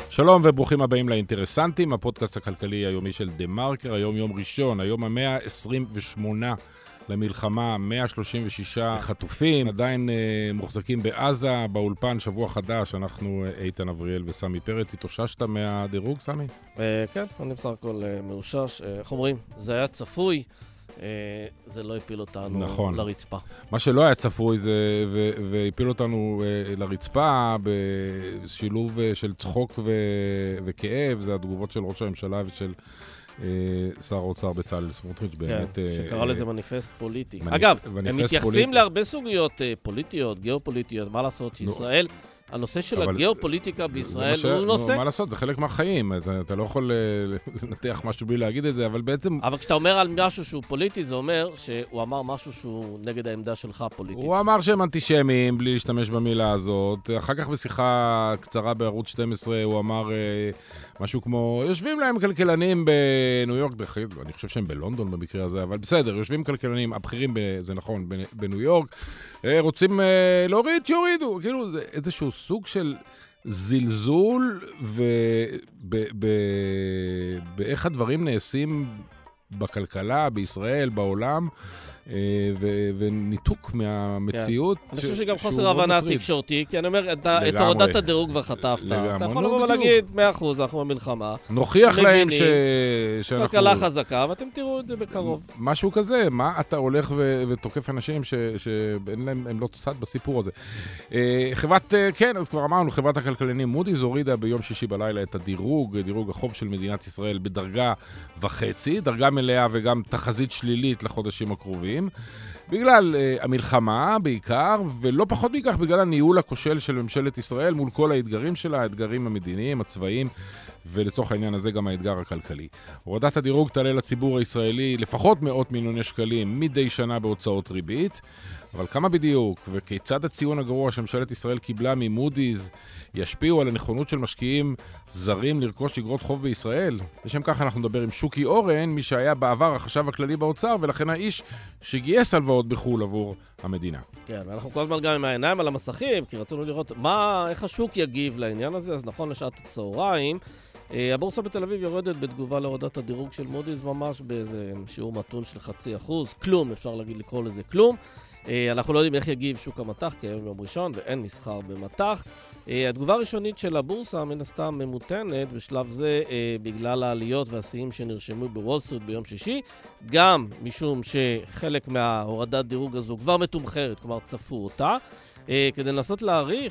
שלום וברוכים הבאים לאינטרסנטים, הפודקאסט הכלכלי היומי של דה מרקר, היום יום ראשון, היום ה-128 למלחמה, 136 חטופים, עדיין מוחזקים בעזה, באולפן, שבוע חדש, אנחנו איתן אבריאל וסמי פרץ. התאוששת מהדירוג, סמי? כן, אני בסך הכל מאושש. איך אומרים? זה היה צפוי, זה לא הפיל אותנו נכון. לרצפה. מה שלא היה צפוי זה, והפיל אותנו לרצפה בשילוב של צחוק וכאב, זה התגובות של ראש הממשלה ושל שר האוצר בצלאל סמוטריץ', באמת... כן, שקרא לזה מניפסט פוליטי. אגב, הם מתייחסים להרבה סוגיות פוליטיות, גיאופוליטיות, מה לעשות שישראל... הנושא של הגיאופוליטיקה בישראל הוא נושא. מה לעשות? זה חלק מהחיים. אתה לא יכול לנתח משהו בלי להגיד את זה, אבל בעצם... אבל כשאתה אומר על משהו שהוא פוליטי, זה אומר שהוא אמר משהו שהוא נגד העמדה שלך פוליטית. הוא אמר שהם אנטישמיים, בלי להשתמש במילה הזאת. אחר כך בשיחה קצרה בערוץ 12, הוא אמר משהו כמו, יושבים להם כלכלנים בניו יורק, אני חושב שהם בלונדון במקרה הזה, אבל בסדר, יושבים כלכלנים, הבכירים, זה נכון, בניו יורק, רוצים להוריד, שיורידו. כאילו, זה איזשהו סוג של זלזול באיך הדברים נעשים בכלכלה, בישראל, בעולם, וניתוק מהמציאות. אני חושב שגם חוסר הבנה תקשורתי, כי אני אומר, את הורדת הדירוג כבר חטפת. אתה יכול לבוא ולהגיד, 100%, אנחנו במלחמה. נוכיח להם שאנחנו... כלכלה חזקה, ואתם תראו את זה בקרוב. משהו כזה, מה אתה הולך ותוקף אנשים שהם לא צד בסיפור הזה. חברת, כן, אז כבר אמרנו, חברת הכלכלנים מודי'ס הורידה ביום שישי בלילה את דירוג החוב של מדינת ישראל בדרגה וחצי, דרגה מלאה וגם תחזית שלילית לחודשים הקרובים, בגלל המלחמה בעיקר, ולא פחות מכך בגלל הניהול הכושל של ממשלת ישראל מול כל האתגרים שלה, האתגרים המדיניים, הצבאיים, ולצורך העניין הזה גם האתגר הכלכלי. הורדת הדירוג תעלה לציבור הישראלי לפחות מאות מיליוני שקלים מדי שנה בהוצאות ריבית, אבל כמה בדיוק וכיצד הציון הגרוע שממשלת ישראל קיבלה ממודי'ס ישפיעו על הנכונות של משקיעים זרים לרכוש אגרות חוב בישראל? לשם כך אנחנו נדבר עם שוקי אורן, מי שהיה בעבר החשב הכללי באוצר, ולכן האיש שגייס הלוואות בחו"ל עבור המדינה. כן, ואנחנו כל הזמן גם עם העיניים על המסכים, כי רצינו לראות איך השוק יגיב לעניין הזה. אז נכון לשעת הצהריים, הבורסה בתל אביב יורדת בתגובה להורדת הדירוג של מודי'ס ממש באיזה שיעור מתון של 0.5%, כלום, אפשר לקרוא לזה כלום. אנחנו לא יודעים איך יגיב שוק המטח, כי היום יום ראשון ואין מסחר במטח. התגובה הראשונית של הבורסה מן הסתם ממותנת בשלב זה בגלל העליות והשיאים שנרשמו בוול סטריט ביום שישי, גם משום שחלק מההורדת דירוג הזו כבר מתומחרת, כלומר צפו אותה. כדי לנסות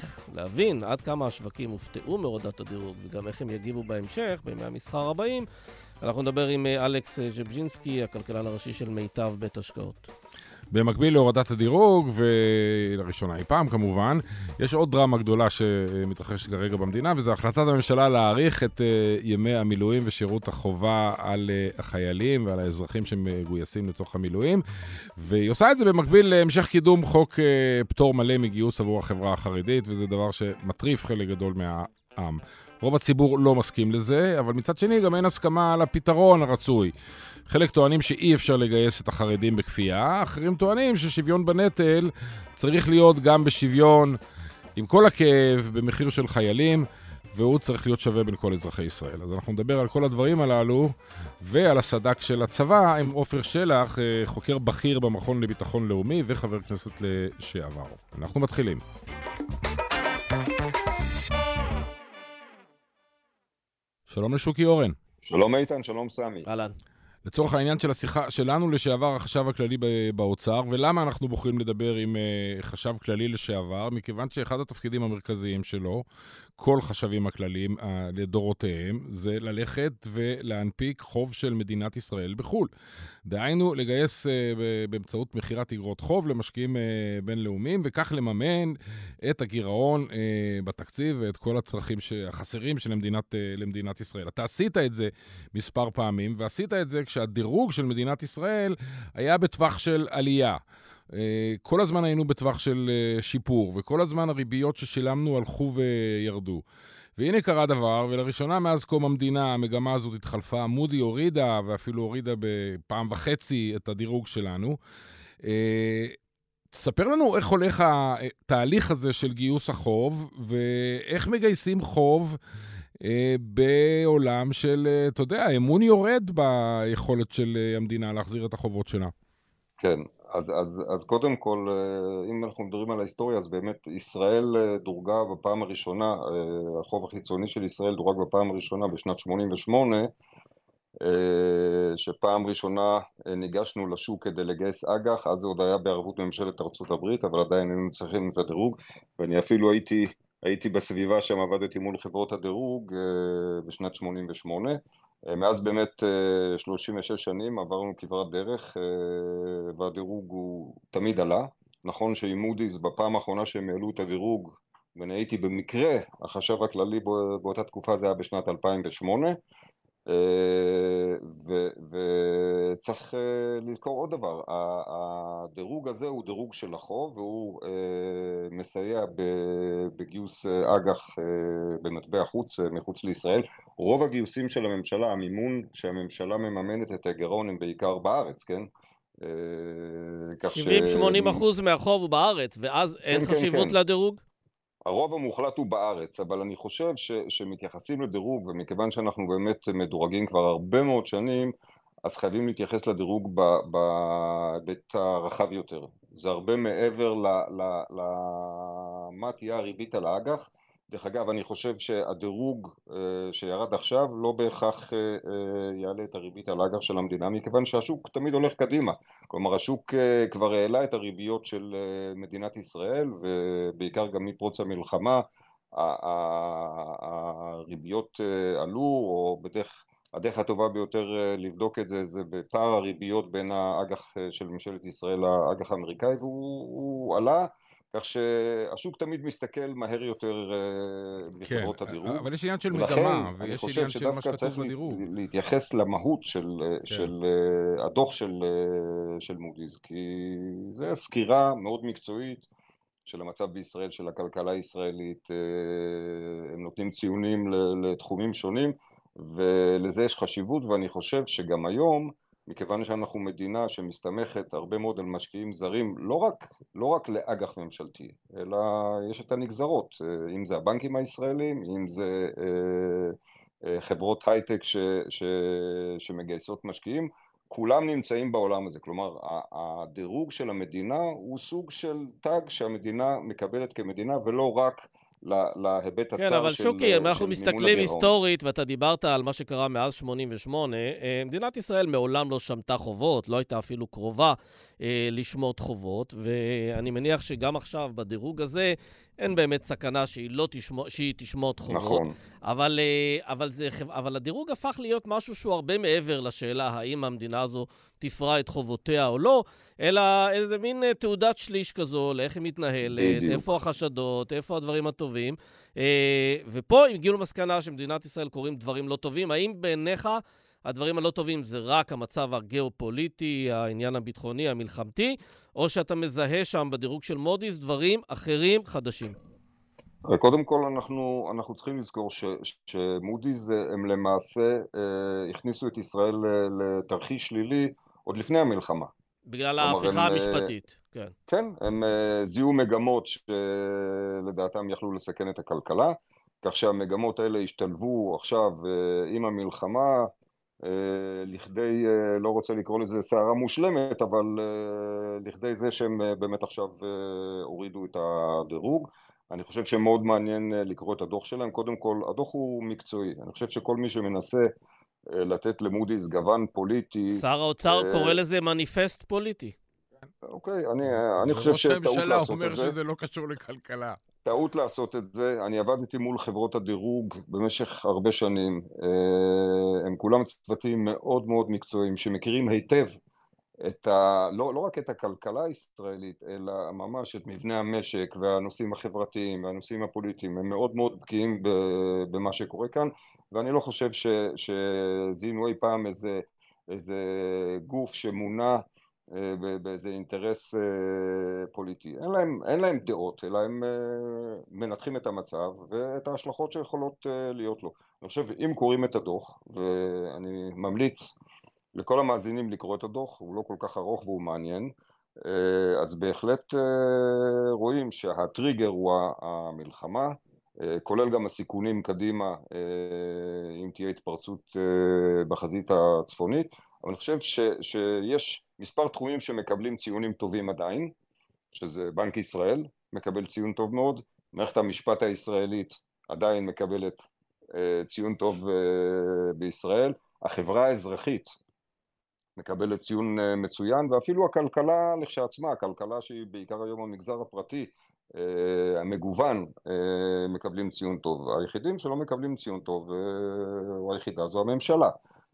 להבין עד כמה השווקים הופתעו מהורדת הדירוג וגם איך הם יגיבו בהמשך, בימי המסחר הבאים, אנחנו נדבר עם אלכס ז'בז'ינסקי, הכלכלן הראשי של מיטב בית השקעות. במקביל להורדת הדירוג, ולראשונה אי פעם כמובן, יש עוד דרמה גדולה שמתרחשת כרגע במדינה, וזו החלטת הממשלה להאריך את ימי המילואים ושירות החובה על החיילים ועל האזרחים שמגויסים לצורך המילואים, והיא עושה את זה במקביל להמשך קידום חוק פטור מלא מגיוס עבור החברה החרדית, וזה דבר שמטריף חלק גדול מהעם. רוב הציבור לא מסכים לזה, אבל מצד שני גם אין הסכמה על הפתרון הרצוי. חלק טוענים שאי אפשר לגייס את החרדים בכפייה, אחרים טוענים ששוויון בנטל צריך להיות גם בשוויון עם כל הכאב במחיר של חיילים, והוא צריך להיות שווה בין כל אזרחי ישראל. אז אנחנו נדבר על כל הדברים הללו ועל הסדק של הצבא עם עופר שלח, חוקר בכיר במכון לביטחון לאומי וחבר כנסת לשעבר. אנחנו מתחילים. שלום לשוקי אורן. שלום איתן, שלום סמי. אהלן. לצורך העניין של השיחה שלנו לשעבר החשב הכללי באוצר, ולמה אנחנו בוחרים לדבר עם חשב כללי לשעבר? מכיוון שאחד התפקידים המרכזיים שלו, כל חשבים הכלליים לדורותיהם, זה ללכת ולהנפיק חוב של מדינת ישראל בחו"ל. דהיינו, לגייס באמצעות מחירת אגרות חוב למשקיעים בינלאומיים, וכך לממן את הגירעון בתקציב ואת כל הצרכים החסרים של למדינת ישראל. אתה עשית את זה מספר פעמים, ועשית את זה כשהדירוג של מדינת ישראל היה בטווח של עלייה. כל הזמן היינו בטווח של שיפור, וכל הזמן הריביות ששילמנו הלכו וירדו. והנה קרה דבר, ולראשונה מאז קום המדינה המגמה הזאת התחלפה, מודי הורידה, ואפילו הורידה בפעם וחצי את הדירוג שלנו. תספר לנו איך הולך התהליך הזה של גיוס החוב, ואיך מגייסים חוב בעולם של, אתה יודע, האמון יורד ביכולת של המדינה להחזיר את החובות שלה. כן, אז קודם כל, אם אנחנו מדברים על ההיסטוריה, אז באמת ישראל דורגה בפעם הראשונה, החוב החיצוני של ישראל דורג בפעם הראשונה בשנת 88, שפעם ראשונה ניגשנו לשוק כדי לגייס אג"ח, אז זה עוד היה בערבות ממשלת ארצות הברית, אבל עדיין היינו צריכים את הדירוג, ואני אפילו הייתי בסביבה שם, עבדתי מול חברות הדירוג בשנת 88, מאז באמת 36 שנים עברנו כברת דרך, והדירוג הוא תמיד עלה. נכון שעם מודי'ס בפעם האחרונה שהם העלו את הדירוג, ואני הייתי במקרה החשב הכללי באותה תקופה, זה היה בשנת 2008, וצריך לזכור עוד דבר, הדירוג הזה הוא דירוג של החוב, והוא מסייע בגיוס אג"ח במטבע חוץ מחוץ לישראל. רוב הגיוסים של הממשלה, המימון שהממשלה מממנת את הגירעון הם בעיקר בארץ, כן? 70-80% מהחוב הוא בארץ, ואז אין חשיבות לדירוג? הרוב המוחלט הוא בארץ, אבל אני חושב שמתייחסים לדירוג, ומכיוון שאנחנו באמת מדורגים כבר הרבה מאוד שנים, אז חייבים להתייחס לדירוג בהיבט הרחב יותר. זה הרבה מעבר למה תהיה הריבית על האג"ח. דרך אגב, אני חושב שהדירוג שירד עכשיו לא בהכרח יעלה את הריבית על האג"ח של המדינה, מכיוון שהשוק תמיד הולך קדימה. כלומר, השוק כבר העלה את הריביות של מדינת ישראל, ובעיקר גם מפרוץ המלחמה, הריביות עלו, או הדרך הטובה ביותר לבדוק את זה, זה בפער הריביות בין האג"ח של ממשלת ישראל לאג"ח האמריקאי, והוא עלה, כך שהשוק תמיד מסתכל מהר יותר בחברות הדירוג. אבל יש עניין של מגמה, ויש עניין של מה שכתוב בדירוג. אני חושב שדווקא צריך להתייחס למהות של הדוח של מודי'ס, כי זה סקירה מאוד מקצועית של המצב בישראל, של הכלכלה הישראלית, הם נותנים ציונים לתחומים שונים, ולזה יש חשיבות, ואני חושב שגם היום, מכיוון שאנחנו מדינה שמסתמכת הרבה מאוד על משקיעים זרים, לא רק לאג"ח ממשלתי, אלא יש את הנגזרות, אם זה הבנקים הישראלים, אם זה חברות הייטק שמגייסות משקיעים, כולם נמצאים בעולם הזה. כלומר, הדירוג של המדינה הוא סוג של תג שהמדינה מקבלת כמדינה, ולא רק להיבט הצר של כן, אבל שוקי, אם אנחנו מסתכלים היסטורית, ואתה דיברת על מה שקרה מאז 88, מדינת ישראל מעולם לא שמטה חובות, לא הייתה אפילו קרובה לשמוט חובות, ואני מניח שגם עכשיו בדירוג הזה אין באמת סכנה שהיא תשמוט חובות. נכון. אבל הדירוג הפך להיות משהו שהוא הרבה מעבר לשאלה האם המדינה הזו תפרע את חובותיה או לא, אלא איזה מין תעודת שליש כזו, לאיך היא מתנהלת, איפה החשדות, איפה הדברים הטובים. ופה הם הגיעו למסקנה שמדינת ישראל קוראים דברים לא טובים. האם בעיניך הדברים הלא טובים זה רק המצב הגיאופוליטי, העניין הביטחוני, המלחמתי, או שאתה מזהה שם בדירוג של מודי'ס דברים אחרים חדשים? קודם כל אנחנו צריכים לזכור שמודי'ס הם למעשה הכניסו את ישראל לתרחיש שלילי עוד לפני המלחמה. בגלל ההפיכה המשפטית, כן. כן, הם זיהו מגמות שלדעתם יכלו לסכן את הכלכלה, כך שהמגמות האלה השתלבו עכשיו עם המלחמה, לכדי, לא רוצה לקרוא לזה סערה מושלמת, אבל לכדי זה שהם באמת עכשיו הורידו את הדירוג. אני חושב שמאוד מעניין לקרוא את הדוח שלהם. קודם כל, הדוח הוא מקצועי. אני חושב שכל מי שמנסה לתת למודי'ס גוון פוליטי... שר האוצר קורא לזה מניפסט פוליטי. אוקיי, אני חושב שטעות לעשות את זה. ראש הממשלה אומר שזה לא קשור לכלכלה. טעות לעשות את זה. אני עבדתי מול חברות הדירוג במשך הרבה שנים. הם כולם צוותים מאוד מאוד מקצועיים שמכירים היטב לא רק את הכלכלה הישראלית, אלא ממש את מבנה המשק והנושאים החברתיים והנושאים הפוליטיים. הם מאוד מאוד בקיאים במה שקורה כאן, ואני לא חושב שזיהינו אי פעם איזה גוף שמונע באיזה אינטרס פוליטי. אין להם דעות, אלא הם מנתחים את המצב ואת ההשלכות שיכולות להיות לו. אני חושב, אם קוראים את הדוח, ואני ממליץ לכל המאזינים לקרוא את הדוח, הוא לא כל כך ארוך והוא מעניין, אז בהחלט רואים שהטריגר הוא המלחמה, כולל גם הסיכונים קדימה אם תהיה התפרצות בחזית הצפונית, אבל אני חושב שיש מספר תחומים שמקבלים ציונים טובים עדיין, שזה בנק ישראל מקבל ציון טוב מאוד, מערכת המשפט הישראלית עדיין מקבלת ציון טוב בישראל, החברה האזרחית מקבלת ציון מצוין, ואפילו הכלכלה לכשעצמה, הכלכלה שהיא בעיקר היום המגזר הפרטי, המגוון, מקבלים ציון טוב. היחידים שלא מקבלים ציון טוב, או היחידה, זו הממשלה.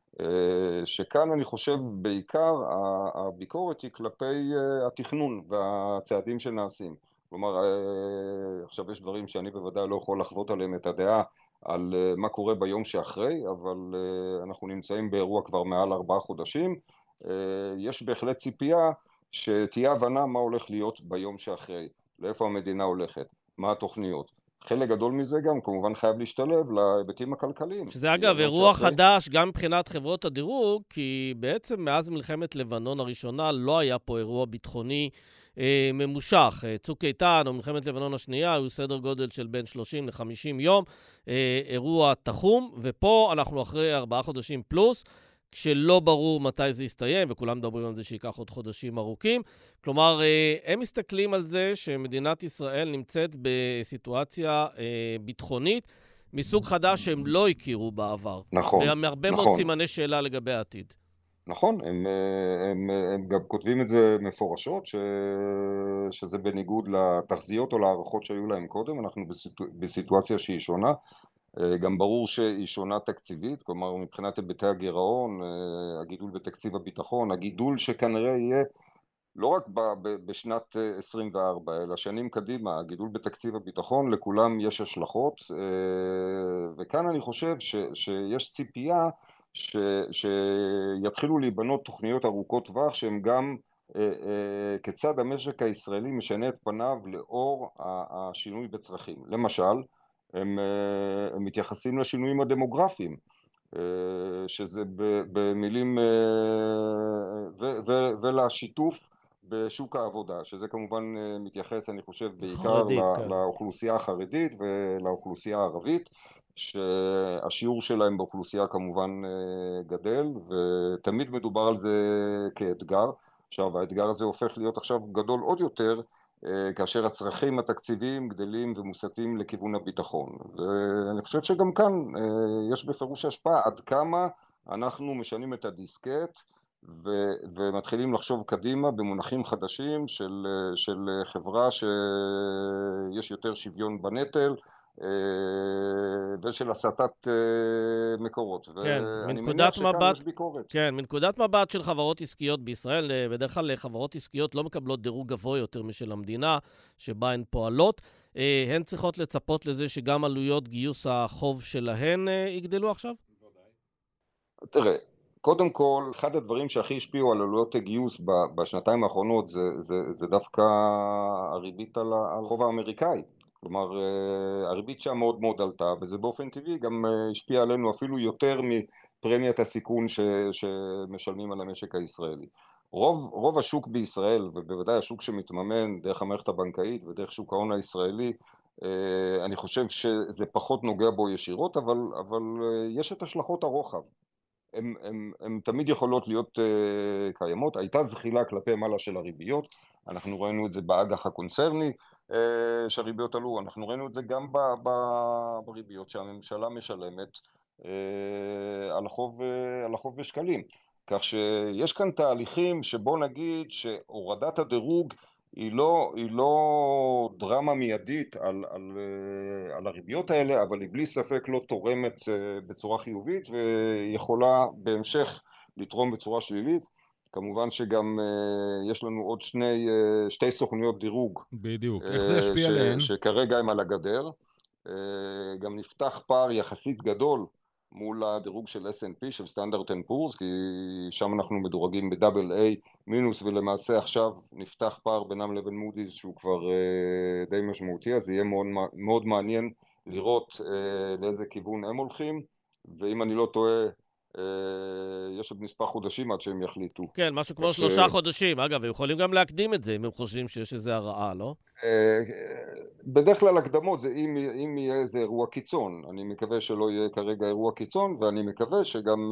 שכאן אני חושב בעיקר הביקורת היא כלפי התכנון והצעדים שנעשים. כלומר, עכשיו יש דברים שאני בוודאי לא יכול לחוות עליהם את הדעה על מה קורה ביום שאחרי, אבל אנחנו נמצאים באירוע כבר מעל 4 חודשים. יש בהחלט ציפייה שתהיה הבנה מה הולך להיות ביום שאחרי, לאיפה המדינה הולכת, מה התוכניות. חלק גדול מזה גם כמובן חייב להשתלב להיבטים הכלכליים. שזה אגב אירוע חדש גם מבחינת חברות הדירוג, כי בעצם מאז מלחמת לבנון הראשונה לא היה פה אירוע ביטחוני ממושך. צוק איתן או מלחמת לבנון השנייה היו סדר גודל של בין 30 ל-50 יום, אירוע תחום, ופה אנחנו אחרי 4 חודשים פלוס, כשלא ברור מתי זה יסתיים, וכולם מדברים על זה שיקח עוד חודשים ארוכים. כלומר, הם מסתכלים על זה שמדינת ישראל נמצאת בסיטואציה ביטחונית מסוג חדש שהם לא הכירו בעבר. נכון. והרבה מאוד סימני שאלה לגבי העתיד. נכון, הם גם כותבים את זה מפורשות, שזה בניגוד לתחזיות או להערכות שהיו להם קודם, אנחנו בסיטואציה שהיא שונה. גם ברור שהיא שונה תקציבית, כלומר מבחינת היבטי הגירעון, הגידול בתקציב הביטחון, הגידול שכנראה יהיה לא רק בשנת 24, אלא שנים קדימה, הגידול בתקציב הביטחון, לכולם יש השלכות, וכאן אני חושב שיש ציפייה שיתחילו להיבנות תוכניות ארוכות טווח, שהן גם כיצד המשק הישראלי משנה את פניו לאור השינוי בצרכים. למשל, הם מתייחסים לשינויים הדמוגרפיים, שזה במילים, ולשיתוף בשוק העבודה, שזה כמובן מתייחס, אני חושב, בעיקר לאוכלוסייה החרדית ולאוכלוסייה הערבית, שהשיעור שלהם באוכלוסייה כמובן גדל, ותמיד מדובר על זה כאתגר. עכשיו, האתגר הזה הופך להיות עכשיו גדול עוד יותר, כאשר הצרכים התקציביים גדלים ומוסטים לכיוון הביטחון. ואני חושב שגם כאן יש בפירוש השפעה עד כמה אנחנו משנים את הדיסקט ומתחילים לחשוב קדימה במונחים חדשים של חברה שיש יותר שוויון בנטל ושל הסטת מקורות. כן, ואני מניח שכאן יש ביקורת. כן, מנקודת מבט של חברות עסקיות בישראל, בדרך כלל חברות עסקיות לא מקבלות דירוג גבוה יותר משל המדינה שבה הן פועלות. הן צריכות לצפות לזה שגם עלויות גיוס החוב שלהן יגדלו עכשיו? תראה, קודם כל, אחד הדברים שהכי השפיעו על עלויות הגיוס בשנתיים האחרונות זה דווקא הריבית על החוב האמריקאי. כלומר, הריבית שם מאוד מאוד עלתה, וזה באופן טבעי גם השפיע עלינו אפילו יותר מפרמיית הסיכון שמשלמים על המשק הישראלי. רוב השוק בישראל, ובוודאי השוק שמתממן דרך המערכת הבנקאית ודרך שוק ההון הישראלי, אני חושב שזה פחות נוגע בו ישירות, אבל יש את השלכות הרוחב. הן תמיד יכולות להיות קיימות. הייתה זחילה כלפי מעלה של הריביות, אנחנו ראינו את זה באג"ח הקונצרני שהריביות עלו, אנחנו ראינו את זה גם בריביות שהממשלה משלמת על החוב בשקלים. כך שיש כאן תהליכים שבוא נגיד שהורדת הדירוג היא לא דרמה מיידית על הריביות האלה, אבל היא בלי ספק לא תורמת בצורה חיובית ויכולה בהמשך לתרום בצורה שלילית. כמובן שגם יש לנו עוד שתי סוכנויות דירוג. בדיוק, איך זה ישפיע עליהן? שכרגע הם על הגדר. גם נפתח פער יחסית גדול מול הדירוג של S&P, של Standard & Poor's, כי שם אנחנו מדורגים ב-AA מינוס, ולמעשה עכשיו נפתח פער בינם לבין מודי'ס שהוא כבר די משמעותי, אז יהיה מאוד, מאוד מעניין לראות לאיזה כיוון הם הולכים, ואם אני לא טועה, יש עוד מספר חודשים עד שהם יחליטו. כן, משהו כמו 3 חודשים. אגב, הם יכולים גם להקדים את זה, אם הם חושבים שיש איזו הרעה, לא? בדרך כלל הקדמות זה אם יהיה איזה אירוע קיצון. אני מקווה שלא יהיה כרגע אירוע קיצון, ואני מקווה שגם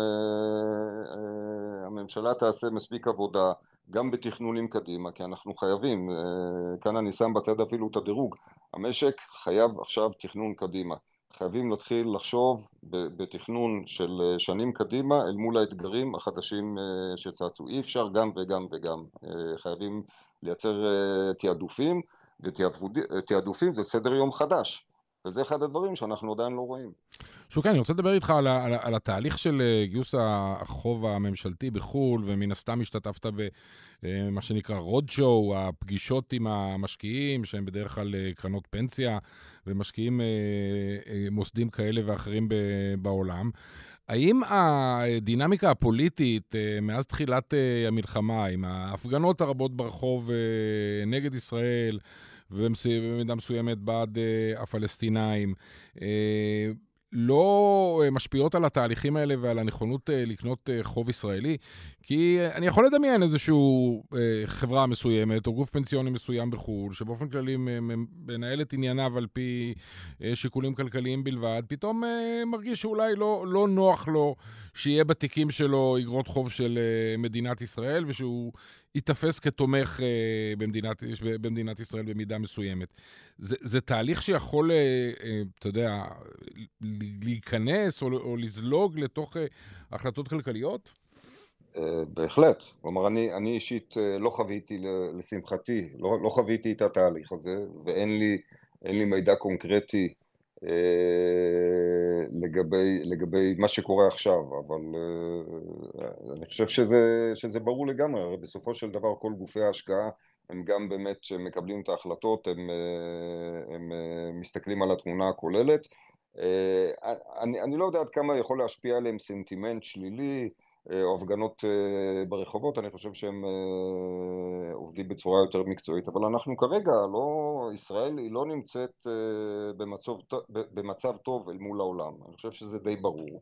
הממשלה תעשה מספיק עבודה גם בתכנונים קדימה, כי אנחנו חייבים, כאן אני שם בצד אפילו את הדירוג, המשק חייב עכשיו תכנון קדימה. חייבים להתחיל לחשוב בתכנון של שנים קדימה אל מול האתגרים החדשים שצצו. אי אפשר גם וגם וגם. חייבים לייצר תיעדופים, ותיעדופים זה סדר יום חדש. וזה אחד הדברים שאנחנו עדיין לא רואים. שוקי, אני רוצה לדבר איתך על התהליך של גיוס החוב הממשלתי בחול, ומן הסתם השתתפת במה שנקרא רודשואו, הפגישות עם המשקיעים, שהם בדרך כלל קרנות פנסיה, ומשקיעים מוסדים כאלה ואחרים בעולם. האם הדינמיקה הפוליטית מאז תחילת המלחמה, עם ההפגנות הרבות ברחוב נגד ישראל, ובמידה מסוימת בעד הפלסטינאים, לא משפיעות על התהליכים האלה ועל הנכונות לקנות חוב ישראלי? כי אני יכול לדמיין איזשהו חברה מסוימת או גוף פנסיוני מסוים בחו"ל, שבאופן כללי מנהלת ענייניו על פי שיקולים כלכליים בלבד, פתאום מרגיש שאולי לא נוח לו שיהיה בתיקים שלו אגרות חוב של מדינת ישראל, ושהוא יתפס כתומך במדינת ישראל במידה מסוימת. זה תהליך שיכול, אתה יודע, להיכנס או לזלוג לתוך החלטות כלכליות? בהחלט. כלומר, אני אישית לא חוויתי, לשמחתי, לא חוויתי את התהליך הזה, ואין לי מידע קונקרטי לגבי מה שקורה עכשיו, אבל אני חושב שזה ברור לגמרי. הרי בסופו של דבר כל גופי ההשקעה הם גם באמת שמקבלים את ההחלטות, הם מסתכלים על התמונה הכוללת. אני לא יודע עד כמה יכול להשפיע עליהם סנטימנט שלילי או הפגנות ברחובות. אני חושב שהם עובדים בצורה יותר מקצועית, אבל אנחנו כרגע ישראל היא לא נמצאת במצב טוב אל מול העולם. אני חושב שזה די ברור,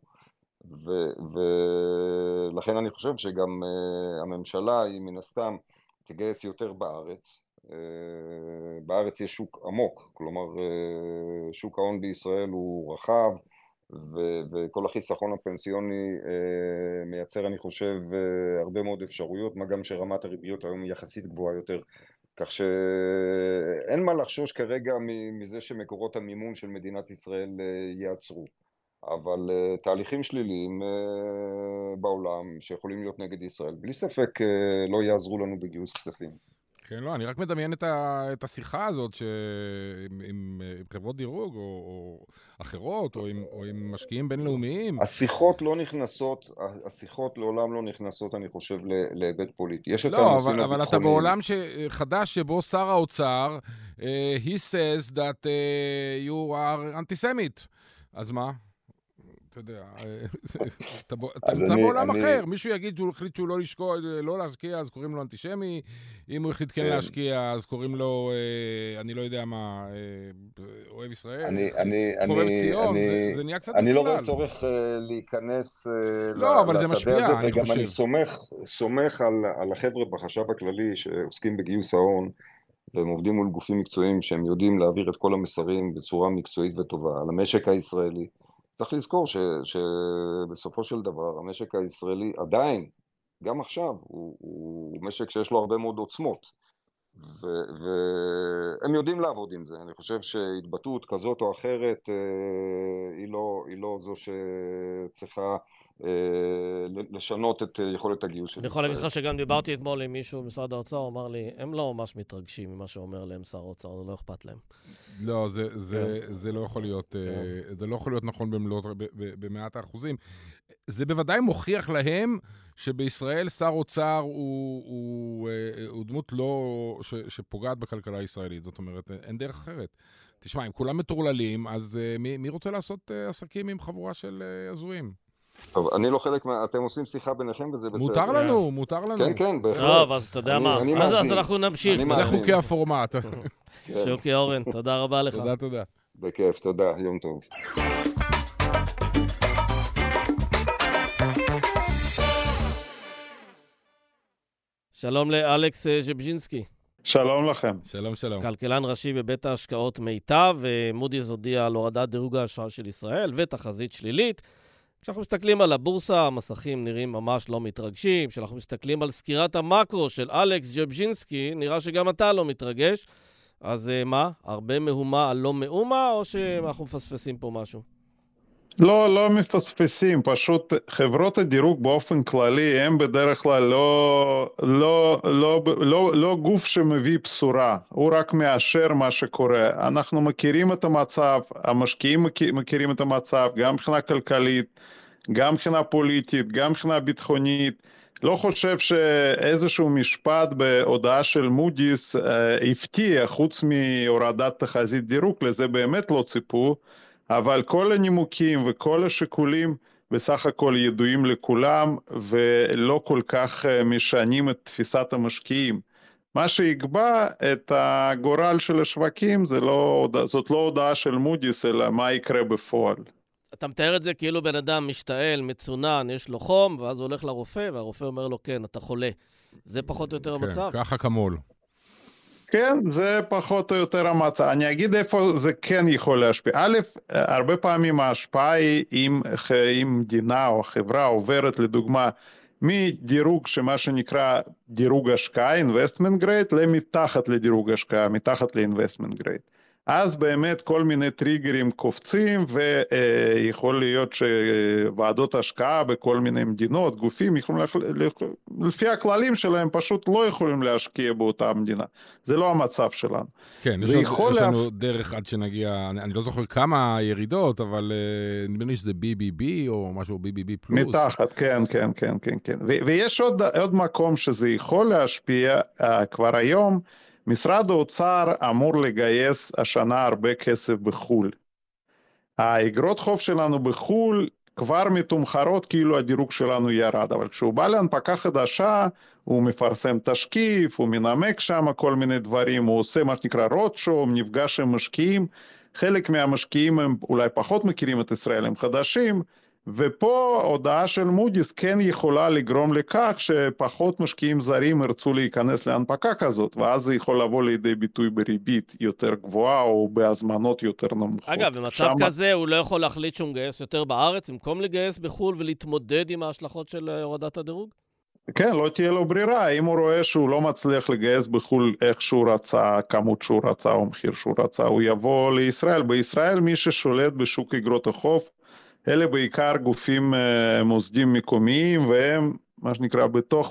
ולכן אני חושב שגם הממשלה היא מן הסתם תגייס יותר בארץ. בארץ יש שוק עמוק, כלומר שוק ההון בישראל הוא רחב, וכל החיסכון הפנסיוני מייצר, אני חושב, הרבה מאוד אפשרויות, מה גם שרמת הריביות היום היא יחסית גבוהה יותר, כך שאין מה לחשוש כרגע מזה שמקורות המימון של מדינת ישראל יעצרו. אבל תהליכים שליליים בעולם שיכולים להיות נגד ישראל, בלי ספק לא יעזרו לנו בגיוס כספים. כן, לא, אני רק מדמיין את השיחה הזאת עם חברות דירוג או אחרות, או עם משקיעים בינלאומיים. השיחות לעולם לא נכנסות, אני חושב, להיבט פוליטי. לא, אבל אתה בעולם חדש שבו שר האוצר, he says that you are anti-Semite. אז מה? אתה יודע, אתה נמצא בעולם אחר. מישהו יגיד שהוא החליט שהוא לא להשקיע, אז קוראים לו אנטישמי. אם הוא החליט כן להשקיע, אז קוראים לו, אני לא יודע מה, אוהב ישראל, חובב ציון. זה נהיה קצת מקולל. אני לא רואה צורך להיכנס לשדה הזה, וגם אני סומך על החבר'ה בחשב הכללי שעוסקים בגיוס ההון, והם עובדים מול גופים מקצועיים שהם יודעים להעביר את כל המסרים בצורה מקצועית וטובה על המשק הישראלי. צריך לזכור שבסופו של דבר המשק הישראלי עדיין, גם עכשיו, הוא משק שיש לו הרבה מאוד עוצמות, והם יודעים לעבוד עם זה. אני חושב שהתבטאות כזאת או אחרת היא לא זו שצריכה לשנות את יכולת הגיוס של ישראל. אני יכול להגיד לך שגם דיברתי אתמול עם מישהו במשרד האוצר, הוא אמר לי, הם לא ממש מתרגשים ממה שאומר להם שר האוצר, זה לא אכפת להם. לא, זה לא יכול להיות, זה לא יכול להיות נכון במאת האחוזים. זה בוודאי מוכיח להם שבישראל שר אוצר הוא דמות שפוגעת בכלכלה הישראלית. זאת אומרת, אין דרך אחרת. תשמע, אם כולם מטורללים, אז מי רוצה לעשות עסקים עם חבורה של הזויים? טוב, אני לא חלק אתם עושים שיחה ביניכם וזה בסדר. מותר לנו. כן, בהחלט. טוב, אז אתה יודע מה. אז אנחנו נמשיך. זה חוקי הפורמט. שוקי אורן, תודה רבה לך. תודה. בכיף, תודה, יום טוב. שלום לאלכס ז'בז'ינסקי. שלום לכם. שלום, שלום. כלכלן ראשי בבית ההשקעות מיטב, ומודי'ס הודיע על הורדת דירוג האשראי של ישראל ותחזית שלילית. כשאנחנו מסתכלים על הבורסה, המסכים נראים ממש לא מתרגשים. כשאנחנו מסתכלים על סקירת המקרו של אלכס ג'בז'ינסקי, נראה שגם אתה לא מתרגש. אז מה? הרבה מהומה על לא מאומה, או שאנחנו מפספסים פה משהו? לא מפספסים, פשוט חברות הדירוג באופן כללי הם בדרך כלל לא גוף שמביא בשורה, הוא רק מאשר מה שקורה. אנחנו מכירים את המצב, המשקיעים מכירים את המצב, גם מבחינה כלכלית, גם מבחינה פוליטית, גם מבחינה ביטחונית. לא חושב שאיזשהו משפט בהודעה של מודי'ס הפתיע, חוץ מהורדת תחזית דירוג, לזה באמת לא ציפו, אבל כל הנימוקים וכל השיקולים בסך הכל ידועים לכולם ולא כל כך משנים את תפיסת המשקיעים. מה שיקבע את הגורל של השווקים זאת לא הודעה של מודי'ס, אלא מה יקרה בפועל. אתה מתאר את זה כאילו בן אדם משתעל, מצונן, יש לו חום, ואז הוא הולך לרופא, והרופא אומר לו, כן, אתה חולה. זה פחות או יותר המצב? כן, ככה כמול. כן, זה פחות או יותר המצב. אני אגיד איפה זה כן יכול להשפיע. א', הרבה פעמים ההשפעה היא אם מדינה או חברה עוברת לדוגמה מדירוג שמה שנקרא דירוג השקעה, investment grade, למתחת לדירוג השקעה, מתחת ל-investment grade. אז באמת כל מיני טריגרים קופצים, ויכול להיות שוועדות השקעה בכל מיני מדינות, גופים, לפי הכללים שלהם פשוט לא יכולים להשקיע באותה מדינה. זה לא המצב שלנו. כן, יש לנו דרך עד שנגיע, אני לא זוכר כמה ירידות, אבל נדמה לי שזה BBB או משהו BBB פלוס. מתחת, כן. ויש עוד מקום שזה יכול להשפיע כבר היום, משרד האוצר אמור לגייס השנה הרבה כסף בחול. האגרות חוב שלנו בחול כבר מתומחרות כאילו הדירוג שלנו ירד, אבל כשהוא בא להנפקה חדשה, הוא מפרסם תשקיף, הוא מנמק שם כל מיני דברים, הוא עושה מה שנקרא רוטשו, נפגש עם משקיעים, חלק מהמשקיעים הם אולי פחות מכירים את ישראל, הם חדשים, ופה הודעה של מודי'ס כן יכולה לגרום לכך שפחות משקיעים זרים ירצו להיכנס להנפקה כזאת, ואז זה יכול לבוא לידי ביטוי בריבית יותר גבוהה או בהזמנות יותר נמוכות. אגב, במצב כזה הוא לא יכול להחליט שהוא מגייס יותר בארץ, במקום לגייס בחול ולהתמודד עם ההשלכות של הורדת הדירוג? כן, לא תהיה לו ברירה. אם הוא רואה שהוא לא מצליח לגייס בחול איך שהוא רצה, כמות שהוא רצה או מחיר שהוא רצה, הוא יבוא לישראל. בישראל מי ששולט בשוק אגרות החוב, אלה בעיקר גופים מוסדים מקומיים, והם, מה שנקרא,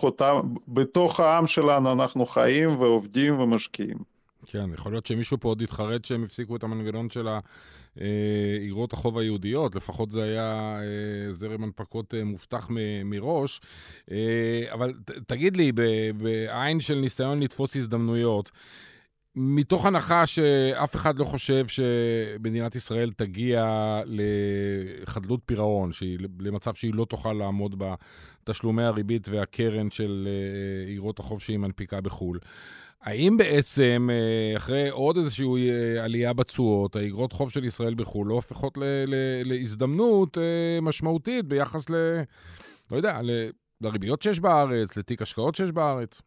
בתוך העם שלנו אנחנו חיים ועובדים ומשקיעים. כן, יכול להיות שמישהו פה עוד יתחרט שהם הפסיקו את המנגנון של אגרות החוב היהודיות, לפחות זה היה זרם הנפקות מובטח מראש, אבל תגיד לי, בעין של ניסיון לתפוס הזדמנויות, מתוך הנחה שאף אחד לא חושב שמדינת ישראל תגיע לחדלות פירעון, למצב שהיא לא תוכל לעמוד בתשלומי הריבית והקרן של אגרות החוב שהיא מנפיקה בחול. האם בעצם, אחרי עוד איזושהי עלייה בתשואות, האגרות חוב של ישראל בחול לא הופכות להזדמנות משמעותית ביחס לא יודע, לריביות שיש בארץ, לתיק השקעות שיש בארץ?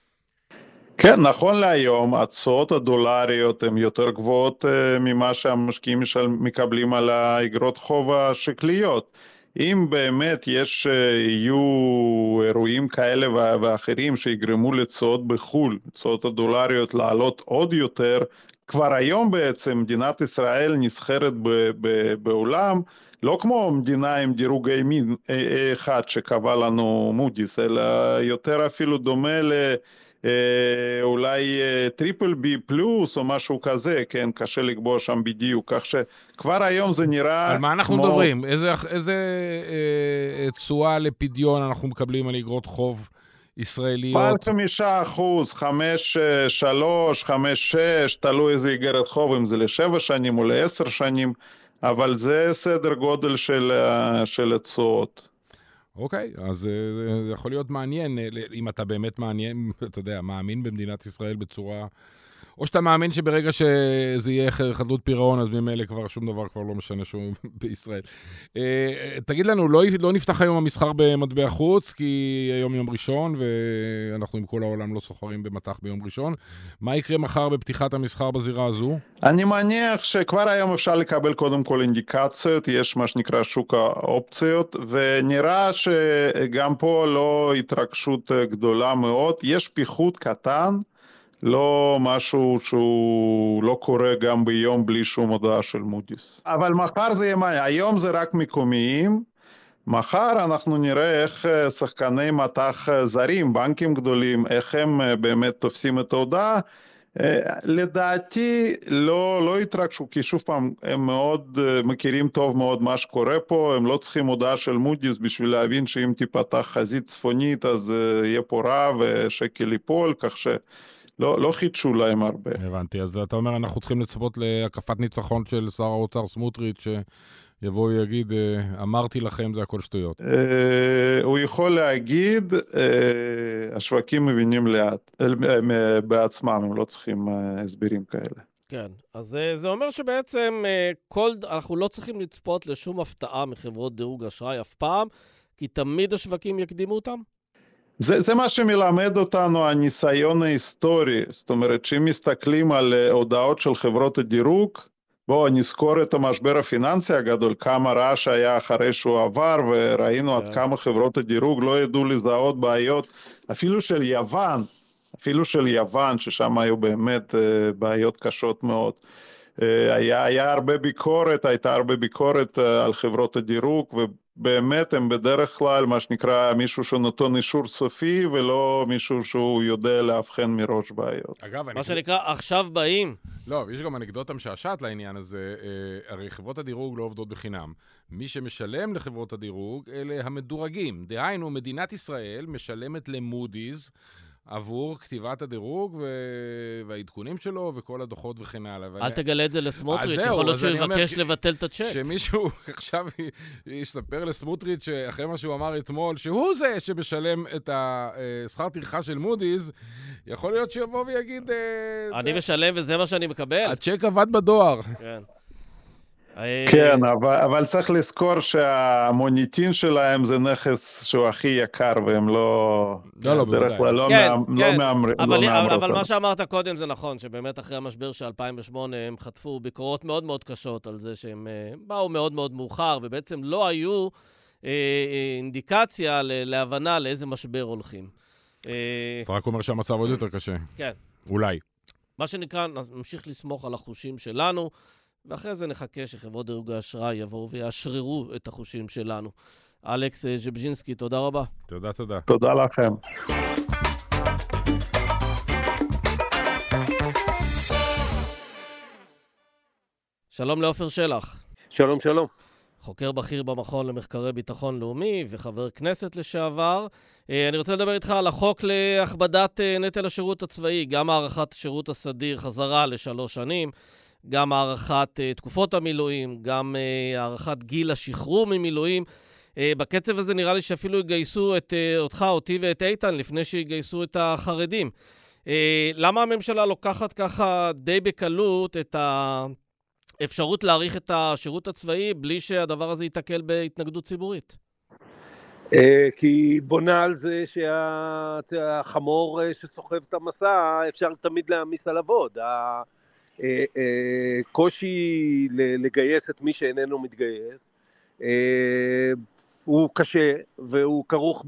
כן, נכון להיום, התשואות הדולריות הן יותר גבוהות ממה שהמשקיעים מקבלים על האגרות חוב השקליות. אם באמת יהיו אירועים כאלה ואחרים שיגרמו לתשואות בחול, תשואות הדולריות לעלות עוד יותר, כבר היום בעצם מדינת ישראל נסחרת בעולם, לא כמו מדינה עם דירוגי מין אחד שקבע לנו מודי'ס, אלא יותר אפילו דומה אולי טריפל בי פלוס או משהו כזה, כן, קשה לקבוע שם בדיוק, כך שכבר היום זה נראה... על מה אנחנו מדברים? איזה תשואה לפדיון אנחנו מקבלים על אגרות חוב ישראליות? 5%, 5.3, 5.6, תלוי איזה אגרת חוב, אם זה ל7 שנים או ל10 שנים, אבל זה סדר גודל של התשואות. אוקיי, אז זה יכול להיות מעניין, אם אתה באמת מעניין, אתה יודע, מאמין במדינת ישראל בצורה או שאתה מאמין שברגע שזה יהיה חדלות פירעון, אז ממילא כבר שום דבר כבר לא משנה שום בישראל. תגיד לנו, לא נפתח היום המסחר במטבע חוץ, כי היום יום ראשון, ואנחנו עם כל העולם לא סוחרים במטח ביום ראשון. מה יקרה מחר בפתיחת המסחר בזירה הזו? אני מניח שכבר היום אפשר לקבל קודם כל אינדיקציות, יש מה שנקרא שוק האופציות, ונראה שגם פה לא התרגשות גדולה מאוד, יש פיחות קטן, לא משהו שהוא לא קורה גם ביום בלי שום הודעה של מודי'ס. אבל מחר זה יהיה, היום זה רק מקומיים, מחר אנחנו נראה איך שחקני מטח זרים, בנקים גדולים, איך הם באמת תופסים את ההודעה. לדעתי לא יתרגשו, כי שוב פעם הם מאוד מכירים טוב מאוד מה שקורה פה, הם לא צריכים הודעה של מודי'ס בשביל להבין שאם תיפתח חזית צפונית אז יהיה פה רע ושקל ייפול, כך שלא חידשו להם הרבה. הבנתי, אז אתה אומר אנחנו צריכים לצפות להקפת ניצחון של שר האוצר סמוטריץ' יבוא ויגיד, אמרתי לכם, זה הכל שטויות. הוא יכול להגיד, השווקים מבינים לאט, בעצמם, הם לא צריכים הסברים כאלה. כן, אז זה אומר שבעצם אנחנו לא צריכים לצפות לשום הפתעה מחברות דירוג אשראי אף פעם, כי תמיד השווקים יקדימו אותם? זה מה שמלמד אותנו הניסיון ההיסטורי, זאת אומרת, שאם מסתכלים על הודעות של חברות הדירוג, בואו נזכור את המשבר הפיננסי הגדול, כמה רעש היה אחרי שהוא עבר, וראינו עד כמה חברות הדירוג לא ידעו לזהות בעיות, אפילו של יוון, ששם היו באמת בעיות קשות מאוד. הייתה הרבה ביקורת על חברות הדירוג, ובאמת הם בדרך כלל מה שנקרא מישהו שנותן אישור סופי, ולא מישהו שהוא יודע להבחן מראש בעיות. אגב, מה שנקרא עכשיו באים. לא, יש גם אנקדוטה משעשעת לעניין הזה, הרי חברות הדירוג לא עובדות בחינם. מי שמשלם לחברות הדירוג אלה המדורגים. דהיינו, מדינת ישראל משלמת למודי'ס עבור כתיבת הדירוג והעדכונים שלו וכל הדוחות וכן הלאה. אל תגלה את זה לסמוטריץ', יכול להיות שהוא יבקש לבטל את הצ'ק. שמישהו עכשיו יספר לסמוטריץ' שאחרי מה שהוא אמר אתמול, שהוא זה שמשלם את השכר טרחה של מודי'ס, יכול להיות שיבוא ויגיד... אני משלם וזה מה שאני מקבל. הצ'ק עבד בדואר. כן. כן, אבל צריך לזכור שהמוניטין שלהם זה נכס שהוא הכי יקר, והם לא... דרך כלל לא מאמרים. אבל מה שאמרת קודם זה נכון, שבאמת אחרי המשבר של 2008 הם חטפו ביקורות מאוד מאוד קשות על זה שהם באו מאוד מאוד מאוחר, ובעצם לא היו אינדיקציה להבנה לאיזה משבר הולכים. אתה רק אומר שהמצב עוד יותר קשה. כן. אולי. מה שנקרא, נמשיך לסמוך על החושים שלנו, ואחרי זה נחכה שחברות דירוג האשראי יבואו ויאשררו את החושים שלנו. אלכס ז'בז'ינסקי, תודה רבה. תודה, תודה. תודה לכם. שלום לאופר שלח. שלום, שלום. חוקר בכיר במכון למחקרי ביטחון לאומי וחבר כנסת לשעבר. אני רוצה לדבר איתך על החוק להכבדת נטל השירות הצבאי, גם הארכת השירות הסדיר חזרה ל3 שנים, גם הארכת תקופות המילואים, גם הארכת גיל השחרור ממילואים. בקצב הזה נראה לי שאפילו יגייסו אותך, אותי ואת איתן לפני שיגייסו את החרדים. למה הממשלה לוקחת ככה די בקלות את האפשרות להאריך את השירות הצבאי בלי שהדבר הזה ייתקל בהתנגדות ציבורית? כי היא בונה על זה שהחמור שסוחב את המסע אפשר תמיד להעמיס עליו עוד. קושי לגייס את מי שאיננו מתגייס הוא קשה והוא כרוך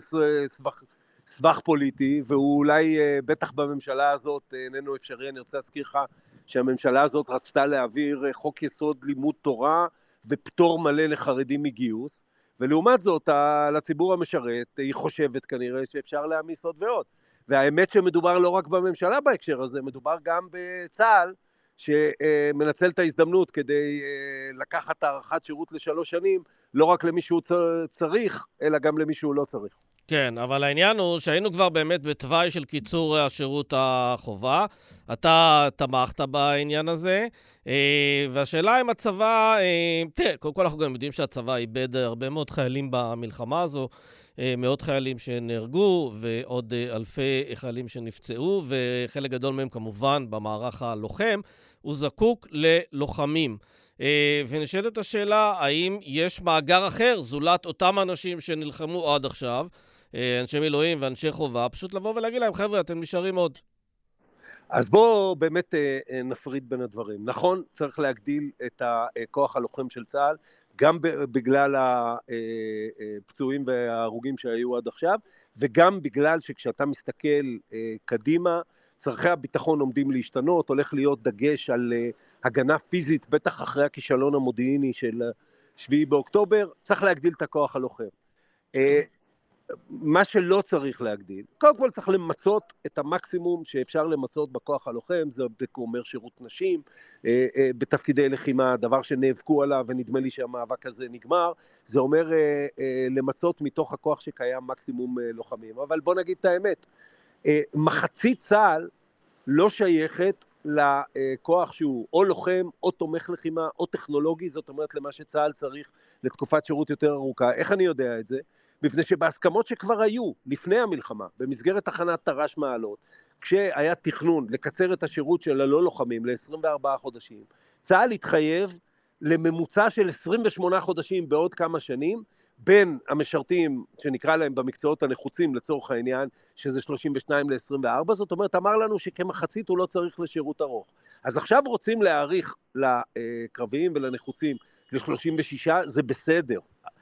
בסבך פוליטי, והוא אולי בטח בממשלה הזאת איננו אפשרי. אני רוצה להזכיר לך שהממשלה הזאת רצתה להעביר חוק יסוד לימוד תורה ופטור מלא לחרדים מגיוס, ולעומת זאת לציבור המשרת היא חושבת כנראה שאפשר להעמיס עוד ועוד. והאמת שמדובר לא רק בממשלה בהקשר הזה, מדובר גם בצה"ל, שמנצל את ההזדמנות כדי לקחת הארכת שירות ל3 שנים, לא רק למי שהוא צריך, אלא גם למי שהוא לא צריך. כן, אבל העניין הוא שהיינו כבר באמת בתוואי של קיצור השירות החובה. אתה תמכת בעניין הזה, והשאלה אם הצבא, תראה, קודם כל אנחנו גם יודעים שהצבא איבד הרבה מאוד חיילים במלחמה הזו, מאות חיילים שנהרגו ועוד אלפי חיילים שנפצעו, וחלק גדול מהם כמובן במערך הלוחם, הוא זקוק ללוחמים. ונשאלת השאלה, האם יש מאגר אחר, זולת אותם אנשים שנלחמו עד עכשיו, אנשי מילואים ואנשי חובה, פשוט לבוא ולהגיד להם, חבר'ה, אתם נשארים עוד. אז בואו באמת נפריד בין הדברים. נכון, צריך להגדיל את הכוח הלוחם של צה"ל, גם בגלל הפצועים וההרוגים שהיו עד עכשיו, וגם בגלל שכשאתה מסתכל קדימה, צרכי הביטחון עומדים להשתנות, הולך להיות דגש על הגנה פיזית, בטח אחרי הכישלון המודיעיני של 7 באוקטובר, צריך להגדיל את הכוח הלוחם. מה שלא צריך להגדיל, קודם כל צריך למצות את המקסימום שאפשר למצות בכוח הלוחם, זה אומר שירות נשים, בתפקידי לחימה, דבר שנאבקו עליו, ונדמה לי שהמאבק הזה נגמר, זה אומר למצות מתוך הכוח שקיים מקסימום לוחמים. אבל בוא נגיד את האמת, מחצית צה"ל לא שייכת לכוח שהוא או לוחם, או תומך לחימה, או טכנולוגי, זאת אומרת למה שצה"ל צריך לתקופת שירות יותר ארוכה. איך אני יודע את זה? מפני שבהסכמות שכבר היו לפני המלחמה, במסגרת תחנת תר"ש מעלות, כשהיה תכנון לקצר את השירות של הלא לוחמים ל-24 חודשים, צה"ל התחייב לממוצע של 28 חודשים בעוד כמה שנים, בין המשרתים שנקרא להם במקצועות הנחוצים לצורך העניין, שזה 32 ל-24, זאת אומרת, אמר לנו שכמחצית הוא לא צריך לשירות ארוך. אז עכשיו רוצים להאריך לקרביים ולנחוצים ל-36, זה בסדר.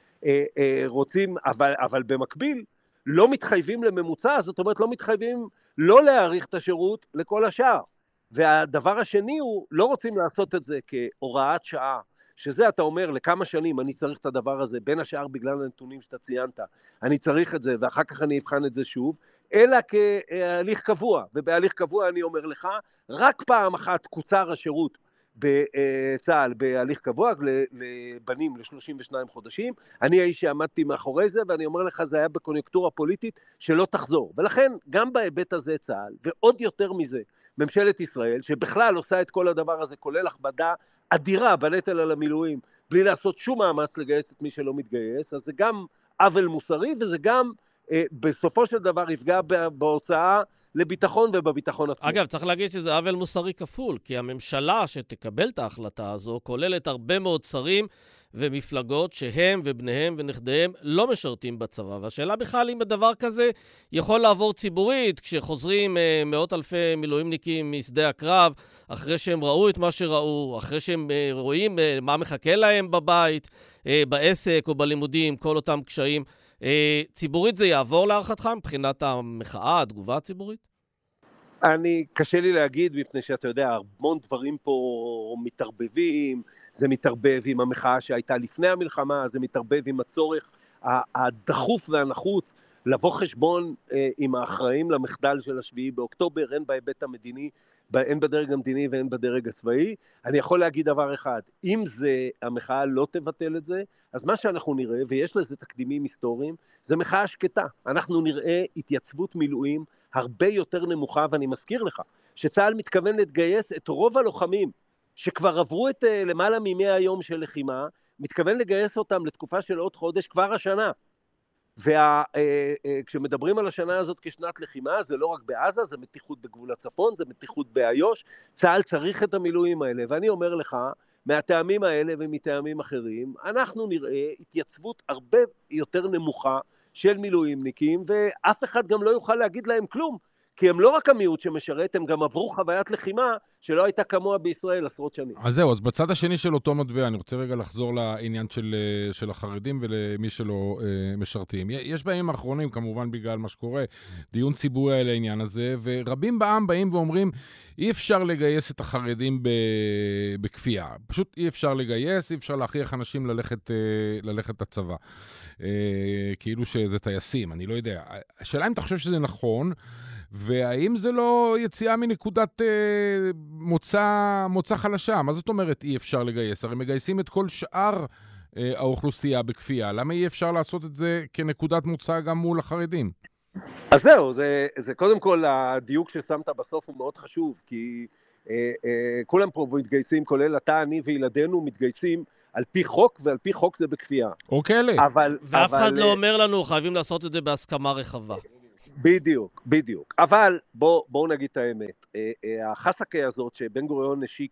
רוצים, אבל במקביל לא מתחייבים לממוצע, זאת אומרת לא מתחייבים לא להאריך את השירות לכל השאר. והדבר השני הוא, לא רוצים לעשות את זה כהוראת שעה, שזה אתה אומר לכמה שנים אני צריך את הדבר הזה, בין השאר בגלל הנתונים שאתה ציינת, אני צריך את זה ואחר כך אני אבחן את זה שוב, אלא כהליך קבוע, ובהליך קבוע אני אומר לך, רק פעם אחת קוצר השירות בצה"ל בהליך קבוע לבנים ל-32 חודשים, אני האיש שעמדתי מאחורי זה, ואני אומר לך, זה היה בקוניונקטורה פוליטית שלא תחזור, ולכן גם בהיבט הזה צה"ל, ועוד יותר מזה, ממשלת ישראל, שבכלל עושה את כל הדבר הזה, כולל הכבדה אדירה בנטל על המילואים, בלי לעשות שום מאמץ לגייס את מי שלא מתגייס, אז זה גם עוול מוסרי, וזה גם בסופו של דבר יפגע בהוצאה לביטחון ובביטחון עצמו. אגב, צריך להגיד שזה עוול מוסרי כפול, כי הממשלה שתקבל את ההחלטה הזו, כוללת הרבה מאוד שרים ומפלגות שהם ובניהם ונכדיהם לא משרתים בצבא. והשאלה בכלל אם הדבר כזה יכול לעבור ציבורית, כשחוזרים מאות אלפי מילואימניקים משדה הקרב, אחרי שהם ראו את מה שראו, אחרי שהם רואים מה מחכה להם בבית, בעסק או בלימודים, כל אותם קשיים. ציבורית זה יעבור להערכתך מבחינת המחאה, התגובה הציבורית? קשה לי להגיד, מפני שאתה יודע, המון דברים פה מתערבבים, זה מתערבב עם המחאה שהייתה לפני המלחמה, זה מתערבב עם הצורך הדחוף והנחוץ, לבוא חשבון עם האחראים למחדל של 7 באוקטובר, הן בהיבט המדיני, הן בדרג המדיני והן בדרג הצבאי. אני יכול להגיד דבר אחד, אם המחאה לא תבטל את זה, אז מה שאנחנו נראה, ויש לזה תקדימים היסטוריים, זה מחאה שקטה. אנחנו נראה התייצבות מילואים הרבה יותר נמוכה, ואני מזכיר לך, שצה"ל מתכוון להתגייס את רוב הלוחמים, שכבר עברו את למעלה מ100 יום של לחימה, מתכוון לגייס אותם לתקופה של עוד חודש כבר השנה. וכשמדברים על השנה הזאת כשנת לחימה, זה לא רק בעזה, זה מתיחות בגבול הצפון, זה מתיחות באיו"ש, צה"ל צריך את המילואים האלה, ואני אומר לך, מהטעמים האלה ומטעמים אחרים, אנחנו נראה התייצבות הרבה יותר נמוכה של מילואימניקים, ואף אחד גם לא יוכל להגיד להם כלום, כי הם לא רק המיעוט שמשרת, הם גם עברו חוויית לחימה שלא הייתה כמוה בישראל עשרות שנים. אז זהו, אז בצד השני של אותו מטבע, אני רוצה רגע לחזור לעניין של החרדים ולמי שלא משרתים. יש בימים האחרונים, כמובן בגלל מה שקורה, דיון ציבורי על העניין הזה, ורבים בעם באים ואומרים, אי אפשר לגייס את החרדים בכפייה. פשוט אי אפשר לגייס, אי אפשר להכריח אנשים ללכת לצבא. כאילו שזה טייסים, אני לא יודע. השאלה אם אתה חושב שזה נכון, והאם זה לא יציאה מנקודת מוצא חלשה? מה זאת אומרת אי אפשר לגייס? הרי מגייסים את כל שאר האוכלוסייה בכפייה. למה אי אפשר לעשות את זה כנקודת מוצא גם מול החרדים? אז זהו, זה קודם כל הדיוק ששמת בסוף הוא מאוד חשוב, כי כולם פה מתגייסים, כולל אתה, אני וילדינו מתגייסים על פי חוק, ועל פי חוק זה בכפייה. או כאלה. ואף אחד לא אומר לנו, חייבים לעשות את זה בהסכמה רחבה. בדיוק, בדיוק. אבל בואו נגיד את האמת. החסקה הזאת שבן גוריון השיק